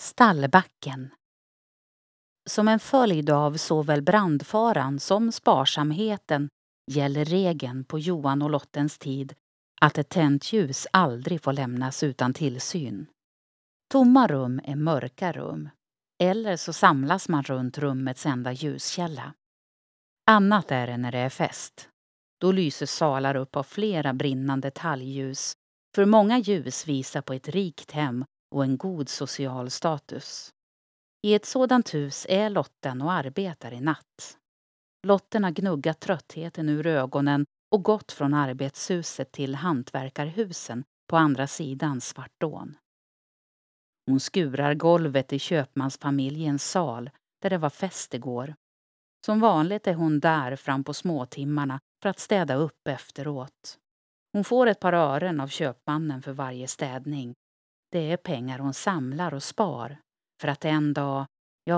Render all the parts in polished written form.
Stallbacken. Som en följd av såväl brandfaran som sparsamheten gäller regeln på Johan och Lottens tid att ett tänt ljus aldrig får lämnas utan tillsyn. Tomma rum är mörka rum, eller så samlas man runt rummets enda ljuskälla. Annat är det när det är fest. Då lyser salar upp av flera brinnande talgljus, för många ljus visar på ett rikt hem och en god social status. I ett sådant hus är Lotten och arbetar i natt. Lotten har gnuggat tröttheten ur ögonen och gått från arbetshuset till hantverkarhusen på andra sidan Svartån. Hon skurar golvet i köpmansfamiljens sal där det var fest igår. Som vanligt är hon där fram på småtimmarna för att städa upp efteråt. Hon får ett par ören av köpmannen för varje städning. Det är pengar hon samlar och spar. För att en dag,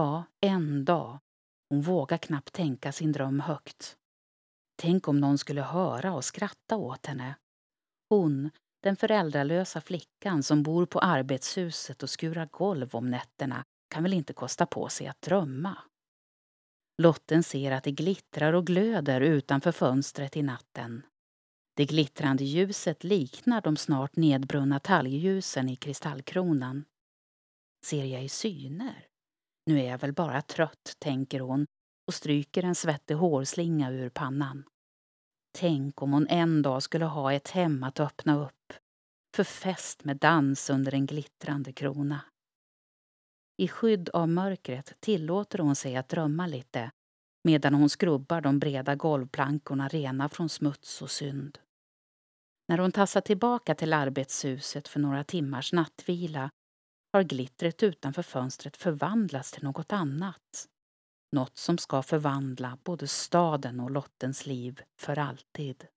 hon vågar knappt tänka sin dröm högt. Tänk om någon skulle höra och skratta åt henne. Hon, den föräldralösa flickan som bor på arbetshuset och skurar golv om nätterna, kan väl inte kosta på sig att drömma. Lotten ser att det glittrar och glöder utanför fönstret i natten. Det glittrande ljuset liknar de snart nedbrunna talgljusen i kristallkronan. Ser jag i syner? Nu är jag väl bara trött, tänker hon och stryker en svettig hårslinga ur pannan. Tänk om hon en dag skulle ha ett hem att öppna upp. För fest med dans under en glittrande krona. I skydd av mörkret tillåter hon sig att drömma lite medan hon skrubbar de breda golvplankorna rena från smuts och synd. När hon tassar tillbaka till arbetshuset för några timmars nattvila har glittret utanför fönstret förvandlats till något annat. Något som ska förvandla både staden och Lottens liv för alltid.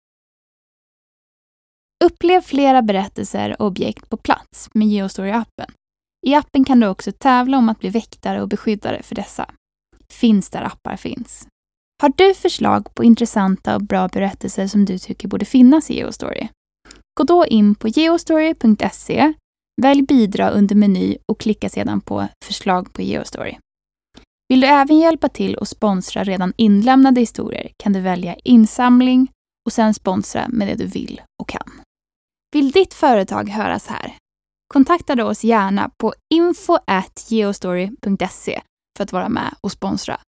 Upplev flera berättelser och objekt på plats med Geostory-appen. I appen kan du också tävla om att bli väktare och beskyddare för dessa. Finns där appar finns. Har du förslag på intressanta och bra berättelser som du tycker borde finnas i Geostory? Gå då in på geostory.se, välj bidra under meny och klicka sedan på förslag på Geostory. Vill du även hjälpa till och sponsra redan inlämnade historier kan du välja insamling och sen sponsra med det du vill och kan. Vill ditt företag höras här? Kontakta då oss gärna på info@geostory.se för att vara med och sponsra